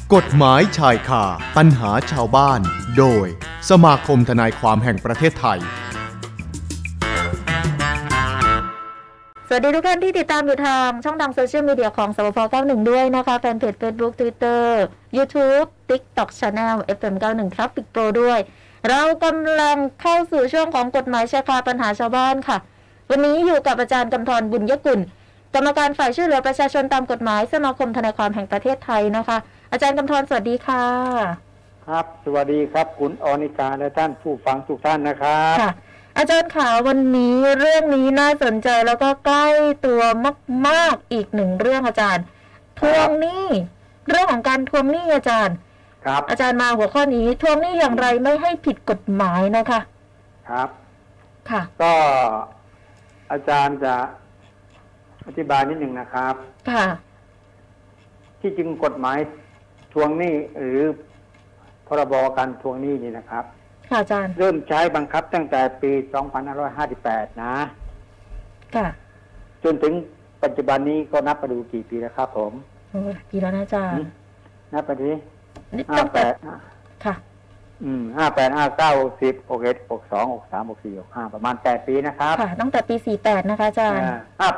กฎหมายชายคาปัญหาชาวบ้านโดยสมาคมทนายความแห่งประเทศไทยสวัสดีทุกท่านที่ติดตามอยู่ทางช่องทางโซเชียลมีเดียของสปป91ด้วยนะคะแฟนเพจ Facebook Twitter YouTube TikTok Channel FM 91 Traffic Pro ด้วยเรากำลังเข้าสู่ช่วงของกฎหมายชายคาปัญหาชาวบ้านค่ะวันนี้อยู่กับอาจารย์กำธรบุญยกุลกรรมการฝ่ายช่วยเหลือประชาชนตามกฎหมายสมาคมทนายความแห่งประเทศไทยนะคะอาจารย์กำธรสวัสดีค่ะครับสวัสดีครับคุณอนิกาและท่านผู้ฟังทุกท่านนะครับค่ะอาจารย์ขาวันนี้เรื่องนี้น่าสนใจแล้วก็ใกล้ตัวมากๆอีกหนึ่งเรื่องอาจารย์ทวงหนี้เรื่องของการทวงหนี้อาจารย์ครับอาจารย์มาหัวข้อนี้ทวงหนี้อย่างไรไม่ให้ผิดกฎหมายนะคะครับค่ะก็อาจารย์จะอธิบายนิดหนึ่งนะครับค่ะที่จริงกฎหมายทวงหนี้หรือพรบการทวงหนี้นี่นะครับค่ะอาจารย์เริ่มใช้บังคับตั้งแต่ปี 2558 นะค่ะจนถึงปัจจุบันนี้ก็นับไปดูกี่ปีแล้วครับผมกี่แล้วนะอาจารย์นับไปดิ 58ค่ะ 58 59 60 61 62 63 64 65ประมาณ8ปีนะครับค่ะตั้งแต่ปี48นะคะอาจารย์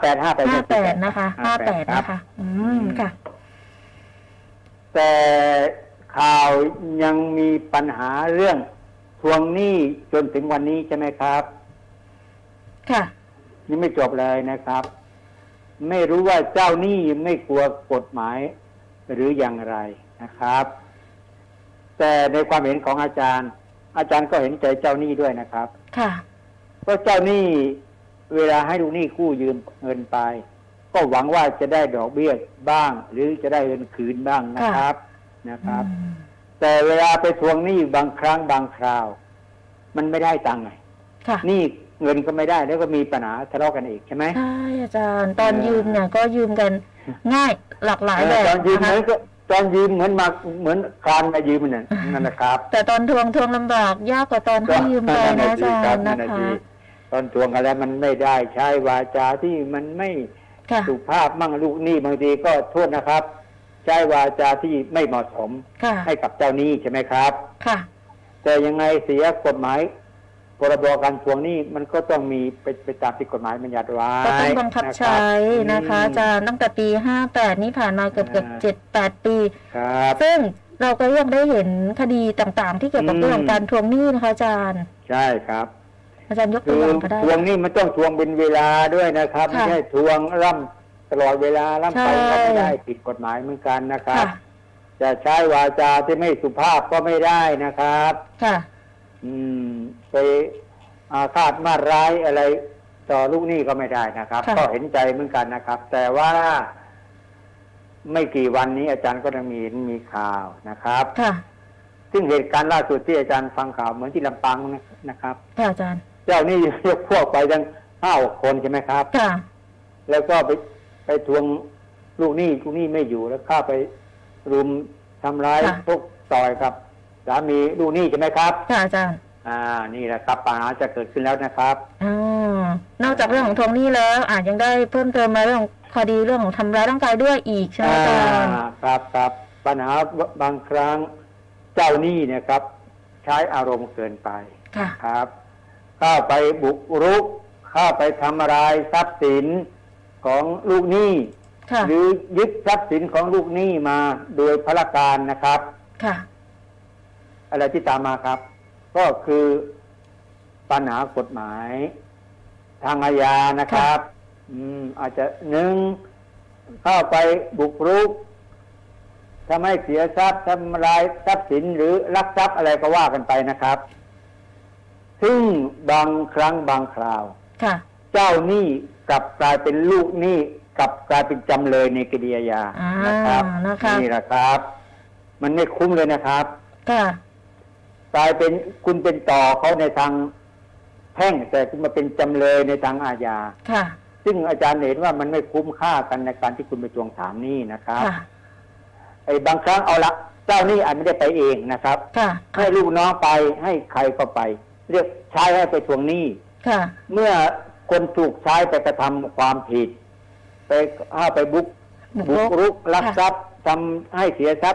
58นะคะ58นะคะค่ะแต่ข่าวยังมีปัญหาเรื่องทวงหนี้จนถึงวันนี้ใช่ไหมครับค่ะนี่ไม่จบเลยนะครับไม่รู้ว่าเจ้าหนี้ไม่กลัวกฎหมายหรืออย่างไรนะครับแต่ในความเห็นของอาจารย์ก็เห็นใจเจ้าหนี้ด้วยนะครับค่ะเพราะเจ้าหนี้เวลาให้ลูกหนี้กู้ยืมเงินไปก็หวังว่าจะได้ดอกเบี้ยบ้างหรือจะได้เงินคืนบ้างนะครับแต่เวลาไปทวงหนี้บางครั้งบางคราวมันไม่ได้ตังค์ไงหนี้เงินก็ไม่ได้แล้วก็มีปัญหาทะเลาะกันอีกใช่ไหมใช่อาจารย์ตอนยืมเนี่ยก็ยืมกันง่ายหลากหลายแบบตอนยืมเหมือนมาเหมือนคลานมายืมนั่นนะครับแต่ตอนทวงลำบากยากกว่าตอนให้ยืมไปนะอาจารย์นะคะตอนทวงกันแล้วมันไม่ได้ใช้วาจาที่มันไม่สุภาพมั่งลูกหนี้บางทีก็โทษนะครับใช้วาจาที่ไม่เหมาะสมให้กับเจ้าหนี้ใช่ไหมครับค่ะแต่ยังไงเสียกฎหมายพรบการทวงหนี้มันก็ต้องมีไปตามที่กฎหมายบัญญัติไว้ก็ต้องบังคับใช้นะคะอาจารย์ตั้งแต่ปี58นี้ผ่านมาเกือบ7-8 ปีซึ่งเราก็ยังได้เห็นคดีต่างๆที่เกี่ยวกับเรื่องการทวงหนี้นะคะอาจารย์ใช่ครับอาจารย์ยกตัวอย่างก็ได้ทวงหนี้มันต้องทวงเป็นเวลาด้วยนะครับไม่ใช่ทวงร่ำตลอดเวลาร่ำไปก็ไม่ได้ผิดกฎหมายเหมือนกันนะครับจะใช้วาจาที่ไม่สุภาพก็ไม่ได้นะครับค่ะไปอาฆาตมาร้ายอะไรต่อลูกหนี้ก็ไม่ได้นะครับก็เห็นใจเหมือนกันนะครับแต่ว่าไม่กี่วันนี้อาจารย์ก็ยังมีข่าวนะครับซึ่งเหตุการณ์ล่าสุดที่อาจารย์ฟังข่าวเหมือนที่ลำปางนะครับอาจารย์เจ้าหนี้ยกพวกไปทั้ง5-6 คนใช่ไหมครับแล้วก็ไปทวงลูกหนี้ไม่อยู่แล้วเข้าไปรุมทำร้ายทุกต่อยครับสามีลูกหนี้ใช่ไหมครับอาจารย์นี่แหละครับปัญหาจะเกิดขึ้นแล้วนะครับนอกจากเรื่องของทวงหนี้แล้วยังได้เพิ่มเติมมาเรื่องคดีเรื่องของทำร้ายร่างกายด้วยอีกใช่ไหมอาจารย์ครับปัญหาบางครั้งเจ้าหนี้เนี่ยครับใช้อารมณ์เกินไปครับเข้าไปบุกรุกเข้าไปทำลายทรัพย์สินของลูกหนี้หรือยึดทรัพย์สินของลูกหนี้มาโดยพลการนะครับอะไรที่ตามมาครับก็คือปัญหากฎหมายทางอาญานะครับอาจจะเข้าไปบุกรุกทำให้เสียทรัพย์ทำลายทรัพย์สินหรือลักทรัพย์อะไรก็ว่ากันไปนะครับซึ่งบางครั้งบางคราวเจ้าหนี้กลับกลายเป็นลูกหนี้กลับกลายเป็นจำเลยในคดีอาญานะครับนี่แหละครับมันไม่คุ้มเลยนะครับกลายเป็นคุณเป็นต่อเขาในทางแพ่งแต่คุณมาเป็นจำเลยในทางอาญาซึ่งอาจารย์เห็นว่ามันไม่คุ้มค่ากันในการที่คุณไปทวงถามหนี้นะครับบางครั้งเอาละเจ้าหนี้อาจไม่ได้ไปเองนะครับให้ลูกน้องไปให้ใครก็ไปเรียกใช้ให้ไปทวงหนี้เมื่อคนถูกใช้ไปกระทำความผิดไปบุกรุกลักทรัพย์ทำให้เสียทรัพย์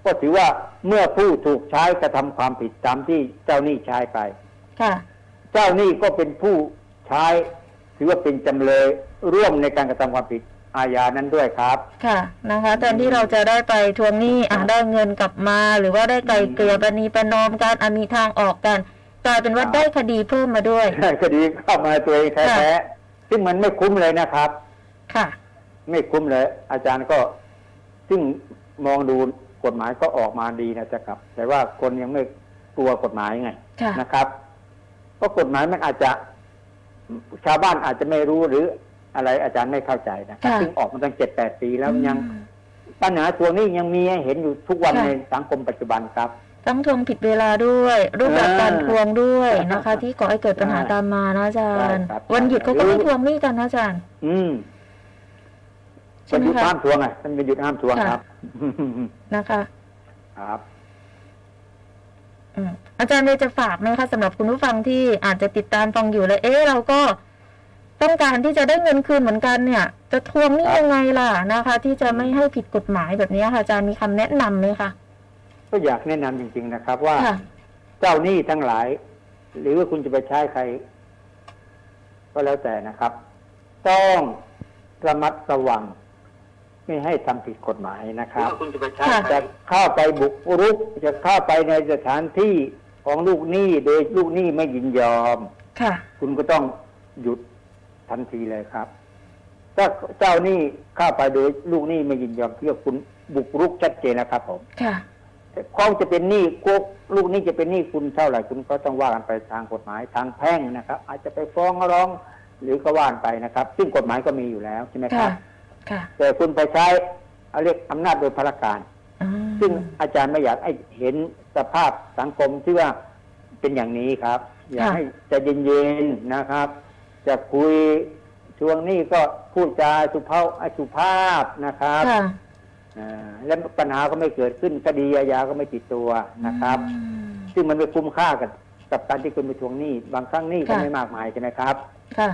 ก็ถือว่าเมื่อผู้ถูกใช้กระทำความผิดตามที่เจ้าหนี้ใช้ไปค่ะเจ้าหนี้ก็เป็นผู้ใช้ถือว่าเป็นจำเลยร่วมในการกระทำความผิดอาญานั้นด้วยครับค่ะนะคะแทนที่เราจะได้ไปทวงหนี้ได้เงินกลับมาหรือว่าได้ไกลเกลี่ยประนีประนอมกันมีทางออกกันกลายเป็นว่าได้คดีเพิ่มมาด้วยคดีเข้ามาตัวเองแท้ๆซึ่งมันไม่คุ้มเลยนะครับค่ะไม่คุ้มเลยอาจารย์ก็ซึ่งมองดูกฎหมายก็ออกมาดีนะจ๊ะครับแต่ว่าคนยังไม่กลัวกฎหมายไงนะครับเพราะกฎหมายมันอาจจะชาวบ้านอาจจะไม่รู้หรืออะไรอาจารย์ไม่เข้าใจนะครับซึ่งออกมาตั้ง 7-8 ปีแล้วยังปัญหาตัวนี้ยังมีให้เห็นอยู่ทุกวันในสังคมปัจจุบันครับต้องทวงผิดเวลาด้วยรูปแบบการทวงด้วยนะคะที่ก่อให้เกิดปัญหาตามมานะอาจารย์วันหยุดเขาก็ไม่ทวงหนี้กันนะอาจารย์วันหยุดห้ามทวงไงมันเป็นหยุดห้ามทวงครับนะคะครับอาจารย์เลยจะฝากไหมคะสำหรับคุณผู้ฟังที่อาจจะติดตามฟังอยู่เลยเราก็ต้องการที่จะได้เงินคืนเหมือนกันเนี่ยจะทวงหนี้ยังไงล่ะนะคะที่จะไม่ให้ผิดกฎหมายแบบนี้ค่ะอาจารย์มีคำแนะนำไหมคะก็อยากแนะนำจริงๆนะครับว่าเจ้าหนี้ทั้งหลายหรือว่าคุณจะไปใช้ใครก็แล้วแต่นะครับต้องระมัดระวังไม่ให้ทำผิดกฎหมายนะครับจะเข้าไปบุกรุกจะเข้าไปในสถานที่ของลูกหนี้โดยลูกหนี้ไม่ยินยอมคุณก็ต้องหยุดทันทีเลยครับถ้าเจ้าหนี้เข้าไปโดยลูกหนี้ไม่ยินยอมเพื่อคุณบุกรุกชัดเจนนะครับผมเขาจะเป็นหนี้ลูกหนี้จะเป็นหนี้คุณเท่าไหร่คุณก็ต้องว่ากันไปทางกฎหมายทางแพ่งนะครับอาจจะไปฟ้องร้องหรือก็ว่านไปนะครับซึ่งกฎหมายก็มีอยู่แล้วใช่ไหมครับแต่คุณไปใช้เรียกอำนาจโดยพลการซึ่งอาจารย์ไม่อยากให้เห็นสภาพสังคมที่ว่าเป็นอย่างนี้ครับอยากให้ใจเย็นๆนะครับจะคุยช่วงนี้ก็พูดจาสุภาพนะครับและปัญหาก็ไม่เกิดขึ้นคดีอาญาก็ไม่ติดตัวนะครับซึ่งมันไม่คุ้มค่ากับการที่คุณไปทวงหนี้บางครั้งหนี้ก็ไม่มากมายใช่ไหมครับค่ะ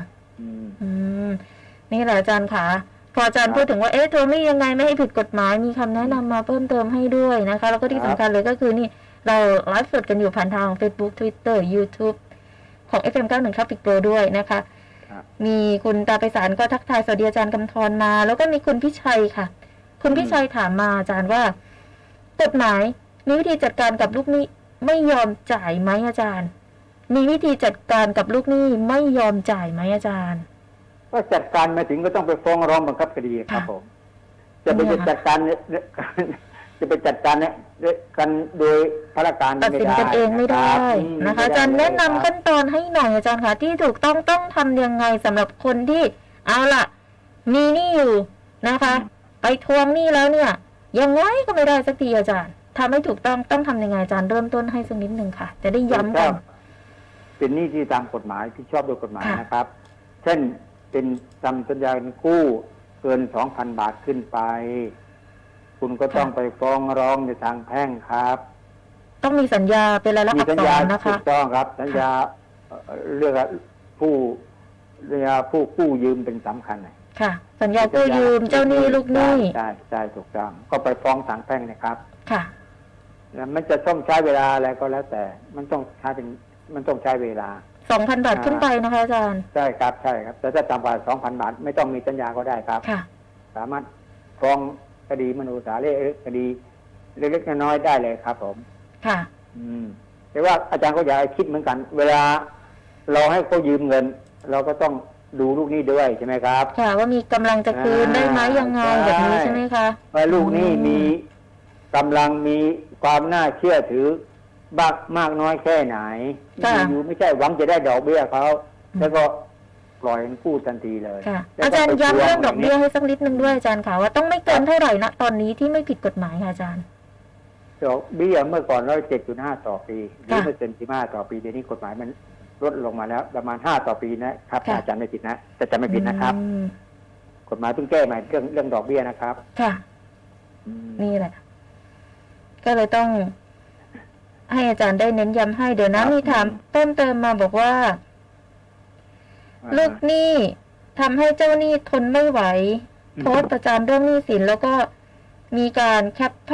นี่แหละอาจารย์ค่ะพออาจารย์พูดถึงว่าทวงหนี้ยังไงไม่ให้ผิดกฎหมายมีคำแนะนำมาเพิ่มเติมให้ด้วยนะคะแล้วก็ที่สำคัญเลยก็คือนี่เราไลฟ์สดกันอยู่ผ่านทาง Facebook Twitter YouTube ของ FM91 Traffic Pro ด้วยนะคะมีคุณตาไพศาลก็ทักทายสวัสดีอาจารย์กำธรมาแล้วก็มีคุณพิชัยค่ะคุณพิชัยถามมาอาจารย์ว่ากฎหมายมีวิธีจัดการกับลูกหนี้ไม่ยอมจ่ายไหมอาจารย์มีวิธีจัดการกับลูกหนี้ไม่ยอมจ่ายไหมอาจารย์ก็จัดการมาถึงก็ต้องไปฟ้องร้องบังคับคดีครับผมจะไปจัดการจะไปจัดการเนี่ยกันโดยพลการตัดสินกันเองไม่ได้นะคะอาจารย์แนะนำขั้นตอนให้หน่อยอาจารย์ค่ะที่ถูกต้องทำยังไงสำหรับคนที่เอาล่ะมีหนี้อยู่นะคะไปทวงหนี้แล้วเนี่ยยังไงก็ไม่ได้สักทีอาจารย์ทำให้ถูกต้องทำยังไงอาจารย์เริ่มต้นให้สักนิดนึงค่ะจะได้ย้ำกันเป็นหนี้ที่ตามกฎหมายที่ชอบโดยกฎหมายนะครับเช่นเป็นทำสัญญากู้เกิน 2,000 บาทขึ้นไปคุณก็ต้องไปฟ้องร้องในทางแพ่งครับต้องมีสัญญาเป็นลายลักษณ์อักษรนะคะถูกต้องครับสัญญาเรื่องผู้กู้ยืมเป็นสำคัญค่ะสัญญากู้ยืมเจ้าหนี้ลูกหนี้ใช่ถูกต้องก็ไปฟ้องทางแพ่งนะครับค่ะแล้วมันจะต้องใช้เวลาอะไรก็แล้วแต่มันต้องใช้เวลา 2,000 บาทขึ้นไปนะคะอาจารย์ใช่ครับแต่ถ้าต่ำกว่า 2,000 บาทไม่ต้องมีสัญญาก็ได้ครับสามารถฟ้องคดีมนุษย์ศาลคดีเล็กๆน้อยๆได้เลยครับผมค่ะแต่ว่าอาจารย์ก็อยากให้คิดเหมือนกันเวลาเราให้เขายืมเงินเราก็ต้องดูลูกหนี้ด้วยใช่ไหมครับค่ะว่ามีกำลังจะคืนได้ไหมยังไงแบบนี้ใช่ไหมคะว่าลูกหนี้มีกำลังมีความน่าเชื่อถือมากน้อยแค่ไหนอยู่ไม่ใช่หวังจะได้ดอกเบี้ยเขาแล้วก็ปล่อยมันกู้ทันทีเลยอาจารย์ย้ำเรื่องดอกเบี้ยให้สักนิดนึงด้วยอาจารย์ค่ะว่าต้องไม่เกินเท่าไหร่นะตอนนี้ที่ไม่ผิดกฎหมายค่ะอาจารย์ดอกเบี้ยเมื่อก่อนเรา 7.5 ต่อปีหรือ15%ต่อปีเดี๋ยวนี้กฎหมายมันลดลงมาแล้วประมาณ5ต่อปีนะครับอาจารย์ไม่ผิดนะแต่จะไม่ผิดนะครับกฎหมายเพิ่งแก้ใหม่เรื่องดอกเบี้ยนะครับค่ะนี่แหละก็เลยต้องให้อาจารย์ได้เน้นย้ำให้เดี๋ยวนะมีถามเพิ่มเติมมาบอกว่าลูกหนี้ทำให้เจ้าหนี้ทนไม่ไหวโพสต์ประจานเรื่องหนี้สินแล้วก็มีการแคปภาพ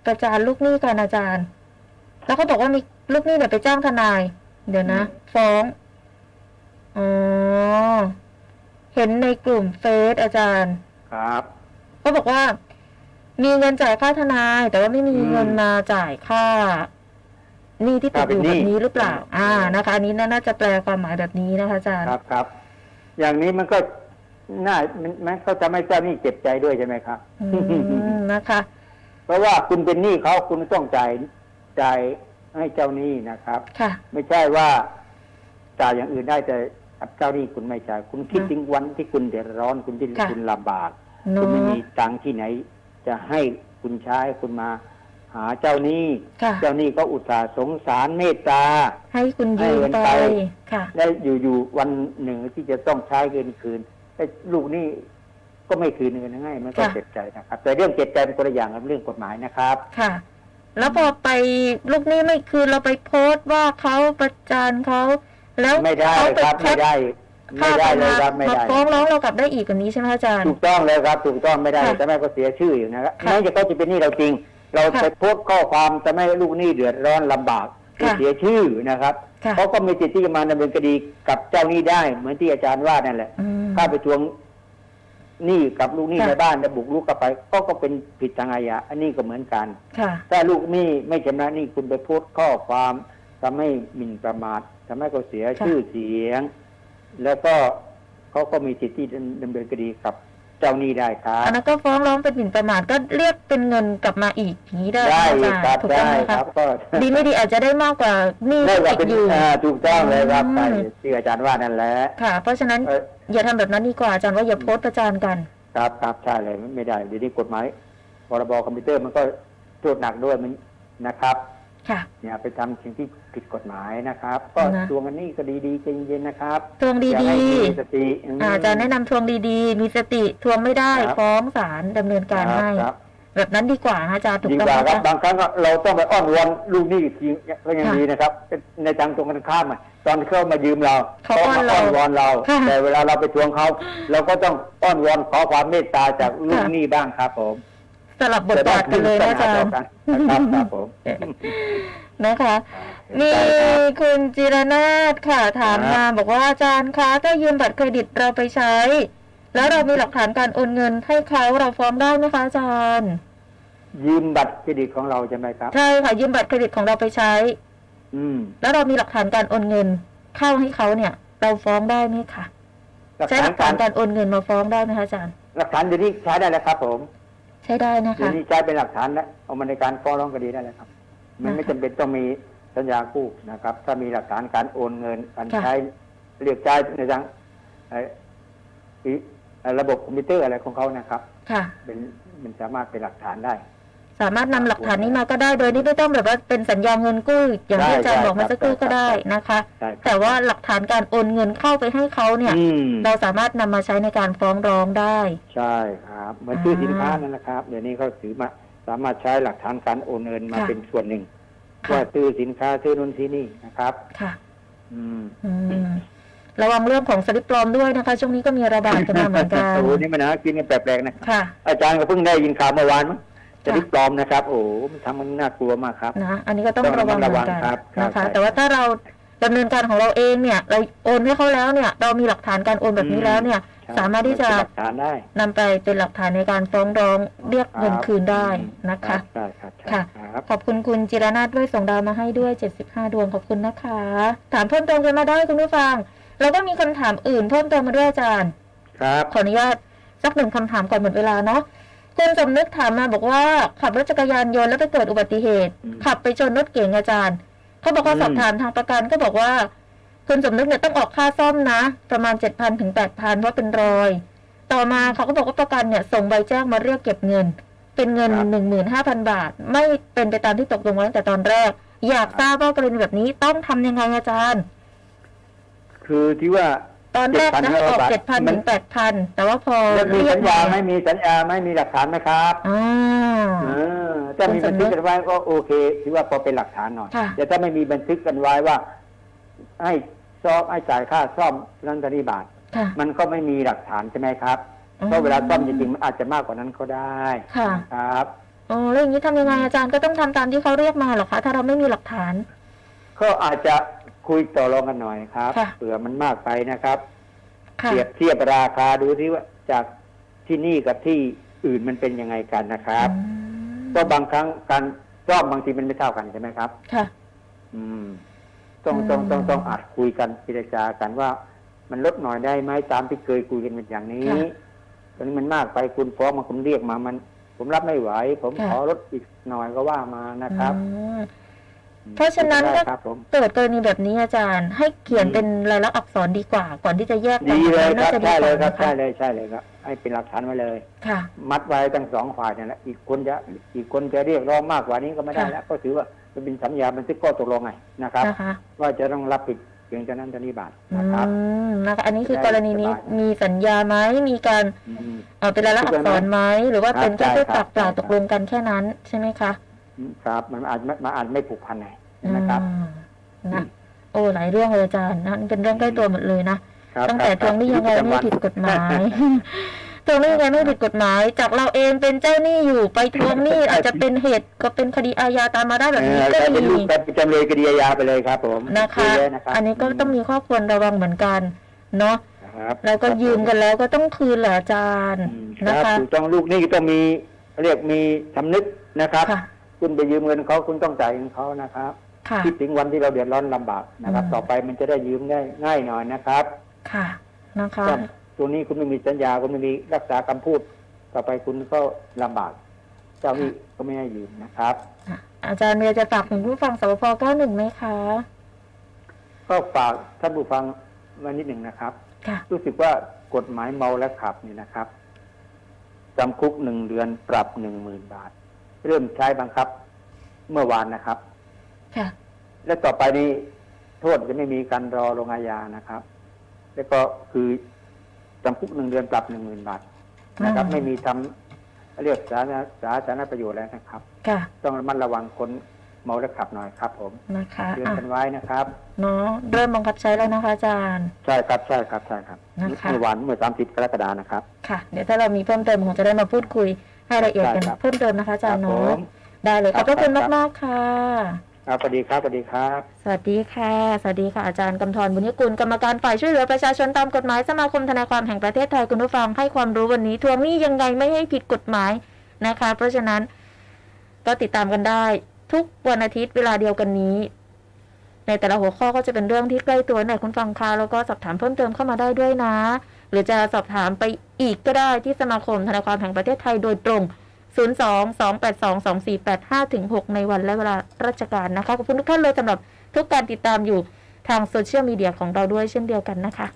ประจานลูกหนี้กันอาจารย์ แล้วเขาบอกว่ามีลูกหนี้เนี่ยไปจ้างทนายเดี๋ยวนะฟ้องอ๋อเห็นในกลุ่มเฟซอาจารย์ครับเขาบอกว่ามีเงินจ่ายค่าทนายแต่ว่าไม่มีเงินมาจ่ายค่าหนี้ที่ติดอยู่แบบนี้หรือเปล่านะคะอันนี้น่าจะแปลความหมายแบบนี้นะคะอาจารย์ครับอย่างนี้มันก็น่ามันก็จะไม่เจ้าหนี้เจ็บใจด้วยใช่ไหมครับนะคะเพราะว่าคุณเป็นหนี้เขาคุณต้องจ่ายให้เจ้าหนี้นะครับค่ะไม่ใช่ว่าจ่ายอย่างอื่นได้แต่เจ้าหนี้คุณไม่จ่ายคุณคิดถึงวันที่คุณเดือดร้อนคุณที่คุณลำบากคุณไม่มีตังค์ที่ไหนจะให้คุณใช้คุณมาหาเจ้าหนี้เจ้าหนี้ก็อุตส่าห์สงสารเมตตาให้คุณยืมไปได้อยู่วันหนึ่งที่จะต้องใช้เงินคืนแต่ลูกหนี้ก็ไม่คืนเงินง่ายมันก็เจ็บใจนะครับแต่เรื่องเจ็บใจเป็นคนละอย่างกับเรื่องกฎหมายนะครับค่ะแล้วพอไปลูกหนี้ไม่คืนเราไปโพสต์ว่าเขาประจานเขาแล้วไม่ได้ครับไม่ได้เลยครับไม่ได้ฟ้องร้องเรากลับได้อีกแบบนี้ใช่ไหมอาจารย์ถูกต้องเลยครับถูกต้องไม่ได้แต่แม่ก็เสียชื่ออยู่นะครับแม้จะเขาจะเป็นหนี้เราจริงเราไปโพสต์ข้อความจะไม่ให้ลูกหนี้เดือดร้อนลำบากเสียชื่อนะครับเขาก็มีสิทธิ์ที่จะมาดำเนินคดีกับเจ้าหนี้ได้เหมือนที่อาจารย์ว่านั่นแหละถ้าไปทวงหนี้กับลูกหนี้ในบ้านแล้วบุกรุกเข้าไปก็เป็นผิดทางอาญาอันนี้ก็เหมือนกันถ้าลูกหนี้ไม่ชำระหนี้คุณไปโพสต์ข้อความทำให้หมิ่นประมาททำให้เขาเสียชื่อเสียงแล้วก็เขาก็มีสิทธิ์ที่ดำเนินคดีกับเจ้าหนี้ได้ครับอันนั้นก็ฟ้องร้องเป็นหมิ่นประมาทก็เรียกเป็นเงินกลับมาอีกอย่างนี้ได้ครับถูกต้องไหมครับก็ดีไม่ดีอาจจะได้มากกว่าหนี้ที่ติดอยู่ถูกต้องเลยครับที่อาจารย์ว่านั่นแหละค่ะเพราะฉะนั้นอย่าทำแบบนั้นดีกว่าอาจารย์ว่าอย่าโพสต์ประจานกันครับใช่เลยไม่ได้เดี๋ยวนี้กฎหมายพรบคอมพิวเตอร์มันก็โทษหนักด้วยมันนะครับเนี่ยไปทำสิ่งที่ผิดกฎหมายนะครับก็ทวงอันนี้ก็ดีๆใจเย็นๆนะครับทวงดีๆมีสติอาจารย์แนะนำทวงดีๆมีสติทวงไม่ได้ฟ้องศาลดำเนินการให้แบบนั้นดีกว่าอาจารย์ถูกต้องไหมครับบางครั้งเราต้องไปอ้อนวอนลูกหนี้ทีก็ยังดีนะครับในทางตรงกันข้ามตอนเขามายืมเราเขามาอ้อนวอนเราแต่เวลาเราไปทวงเขาเราก็ต้องอ้อนวอนขอความเมตตาจากลูกหนี้บ้างครับผมสลับบทบาทกันเลยนะอาจารย์ครับผมนะคะมีคุณจิรนาถค่ะถามมาบอกว่าอาจารย์คะถ้ายืมบัตรเครดิตเราไปใช้แล้วเรามีหลักฐานการโอนเงินให้เขาเราฟ้องได้ไหมคะอาจารย์ยืมบัตรเครดิตของเราใช่ไหมครับใช่ค่ะยืมบัตรเครดิตของเราไปใช้แล้วเรามีหลักฐานการโอนเงินเข้าให้เขาเนี่ยเราฟ้องได้ไหมคะใช้หลักฐานการโอนเงินมาฟ้องได้ไหมคะอาจารย์หลักฐานเดี๋ยวนี้ใช้ได้แล้วครับผมใช้ได้นะคะเดี๋ยวนี้ใช้เป็นหลักฐานแล้วเอามาในการฟ้องร้องคดีได้แล้วครับมันไม่จำเป็นต้องมีสัญญากู้นะครับถ้ามีหลักฐานการโอนเงินการใช้เรียกใช้ในทางระบบคอมพิวเตอร์อะไรของเขานะครับมันสามารถเป็นหลักฐานได้สามารถนำหลักฐานนี้มาก็ได้โดยที่ไม่ต้องแบบว่าเป็นสัญญาเงินกู้อย่างที่อาจารย์บอกมาสักครู่ก็ได้นะคะแต่ว่าหลักฐานการโอนเงินเข้าไปให้เขาเนี่ยเราสามารถนำมาใช้ในการฟ้องร้องได้ใช่ครับเหมือนซื้อสินค้านั่นนะครับเดี๋ยวนี้เขาถือมาสามารถใช้หลักฐานการโอนเงินมาเป็นส่วนหนึ่งว่าซื้อสินค้าซื้อนู่นซื้อนี่นะครับค่ะระวังเรื่องของสลิปปลอมด้วยนะคะช่วงนี้ก็มีระบาดกันมาเหมือนกันโอ้นี่มันนะกินกันแปลกๆนะอาจารย์ก็เพิ่งได้ยินข่าวเมื่อวานสลิปปลอมนะครับโอ้มันทำมันน่ากลัวมากครับนะอันนี้ก็ต้องระวังเหมือนกันนะคะแต่ว่าถ้าเราดำเนินการของเราเองเนี่ยเราโอนให้เขาแล้วเนี่ยเรามีหลักฐานการโอนแบบนี้แล้วเนี่ยสามารถที่จะนำไปเป็นหลักฐานในการฟ้องร้องเรียกเงินคืนได้นะคะค่ะขอบคุณคุณจิรนาถด้วยส่งดาวมาให้ด้วย75ดวงขอบคุณนะคะถามเพิ่มเติมกันมาได้คุณผู้ฟังแล้วก็มีคำถามอื่นเพิ่มเติมมาด้วยอาจารย์ครับขออนุญาตสักหนึ่งคำถามก่อนหมดเวลาเนาะคุณสมนึกถามมาบอกว่าขับรถจักรยานยนต์แล้วไปเกิดอุบัติเหตุขับไปชนรถเก๋งอาจารย์เขาบอกว่าสอบถามทางประกันก็บอกว่าคุณสมนึกเนี่ยต้องออกค่าซ่อมนะประมาณ 7,000 ถึง 8,000 เพราะเป็นรอยต่อมาเขาก็บอกว่าประกันเนี่ยส่งใบแจ้งมาเรียกเก็บเงินเป็นเงิน 15,000 บาทไม่เป็นไปตามที่ตกลงไว้ตั้งแต่ตอนแรกอยากทราบว่ากรณีแบบนี้ต้องทำยังไงอาจารย์คือที่ว่าตอนแรกนะออก 7,000 ถึง 8,000 แต่ว่าพอมีสัญญาไม่มีสัญญาไม่มีหลักฐานไหมครับถ้ามีบันทึกกันไว้ก็โอเคถือว่าพอเป็นหลักฐานหน่อยแต่ถ้าไม่มีบันทึกกันไว้ว่าให้ซ่อมให้จ่ายค่าซ่อมนั้นเท่านี้บาทมันก็ไม่มีหลักฐานใช่ไหมครับเพราะเวลาซ่อมจริงๆมันอาจจะมากกว่านั้นก็ได้ครับอ๋อแล้วอย่างนี้ทำยังไงอาจารย์ก็ต้องทำตามที่เขาเรียกมาเหรอคะถ้าเราไม่มีหลักฐานก็อาจจะคุยต่อรองกันหน่อยครับเผื่อมันมากไปนะครับเปรียบเทียบราคาดูที่ว่าจากที่นี่กับที่อื่นมันเป็นยังไงกันนะครับก็บางครั้งการรอบบางทีมันไม่เท่ากันใช่ไหมครับค่ะต้องอาจคุยกันเจรจากันว่ามันลดหน่อยได้ไหมตามที่เคยคุยกันเป็นอย่างนี้ตอนนี้มันมากไปคุณฟ้องมาคุณเรียกมามันผมรับไม่ไหวผมขอลดอีกหน่อยก็ว่ามานะครับเพราะฉะนั้นก็เกิดกรณีแบบนี้อาจารย์ให้เขียนเป็นลายลักษณ์อักษรดีกว่าก่อนที่จะแยกดีเลยครับใช่เลยครับใช่เลยครับให้เป็นหลักฐานไว้เลยค่ะมัดไว้ทั้งสองฝ่ายนั่นแหละอีกคนจะเรียกร้องมากกว่านี้ก็ไม่ได้แล้วก็ถือว่ามันเป็นสัญญาบันทึกข้อตกลงไงนะครับว่าจะต้องรับผิดเพียงเท่านั้นเท่านี้บาทนะครับนะคะอันนี้คือกรณีนี้มีสัญญาไหมมีการเป็นลายลักษณ์อักษรไหมหรือว่าเป็นแค่ปากเปล่าตกลงกันแค่นั้นใช่ไหมคะครับมันอาจไม่ผูกพันไงนะครับนะโอ้หลายเรื่องเลยอาจารย์นะเป็นเรื่องใกล้ตัวหมดเลยนะตั้งแต่ทวงหนี้ยังไงไม่ผิดกฎหมายทวงหนี้ยังไงไม่ผิดกฎหมายจากเราเองเป็นเจ้าหนี้อยู่ไปทวงหนี้อาจจะเป็นเหตุก็เป็นคดีอาญาตามมาได้แบบนี้ก็มีจำเลยคดีอาญาไปเลยครับผมนะคะอันนี้ก็ต้องมีข้อควรระวังเหมือนกันเนาะแล้วก็ยืมกันแล้วก็ต้องคืนเหรออาจารย์นะคะถูกต้องลูกหนี้ต้องมีเรียกมีสำนึกนะครับคุณไปยืมเงินเขาคุณต้องจ่ายเงินเขานะครับคิดถึงวันที่เราเดือดร้อนลำบากนะครับต่อไปมันจะได้ยืมได้ง่ายหน่อยนะครับค่ะนะคะตัวนี้คุณไม่มีสัญญาคุณไม่มีรักษาคำพูดต่อไปคุณก็ลำบากเจ้าหนี้ก็ไม่ให้ยืมนะครับอาจารย์มีจะฝากถึงผู้ฟังสวพ91ไหมคะก็ฝากท่านผู้ฟังมานิดหนึ่งนะครับรู้สึกว่ากฎหมายเมาและขับนี่นะครับจำคุก1 เดือนปรับ 10,000 บาทเริ่มใช้บังคับเมื่อวานนะครับและต่อไปนี้โทษจะไม่มีการรอลงอาญานะครับแล้วก็คือจำคุก1 เดือนปรับ 10,000 บาทนะครับไม่มีทำเรียกสาธารณประโยชน์แล้วนะครับต้องระมัดระวังคนเมาและขับหน่อยครับผมนะคะเตือนกันไว้นะครับเนาะเริ่มบังคับใช้แล้วนะคะอาจารย์ใช่ครับเมื่อวานเมื่อ30 กรกฎาคมนะครับค่ะเดี๋ยวถ้าเรามีเพิ่มเติมคงจะได้มาพูดคุยให้ละเอียดกันเพิ่มเติมนะคะอาจารย์เนาะได้เลยขอบคุณมากๆค่ะสวัสดีครับสวัสดีครับสวัสดีค่ะสวัสดีค่ะอาจารย์กำธร บุญยกุลกรรมการฝ่ายช่วยเหลือประชาชนตามกฎหมายสมาคมทนายความแห่งประเทศไทยคุณผู้ฟังให้ความรู้วันนี้ทวงหนี้ยังไงไม่ให้ผิดกฎหมายนะคะเพราะฉะนั้นก็ติดตามกันได้ทุกวันอาทิตย์เวลาเดียวกันนี้ในแต่ละหัวข้อก็จะเป็นเรื่องที่ใกล้ตัวไหนคุณฟังค่ะแล้วก็สอบถามเพิ่มเติมเข้ามาได้ด้วยนะหรือจะสอบถามไปอีกก็ได้ที่สมาคมทนายความแห่งประเทศไทยโดยตรง02-282-2485-6ในวันและเวลาราชการนะคะขอบคุณทุกท่านเลยสำหรับทุกการติดตามอยู่ทางโซเชียลมีเดียของเราด้วยเช่นเดียวกันนะคะ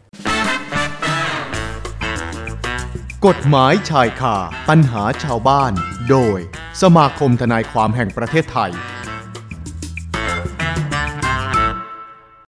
กฎหมายชายคาปัญหาชาวบ้านโดยสมาคมทนายความแห่งประเทศไทย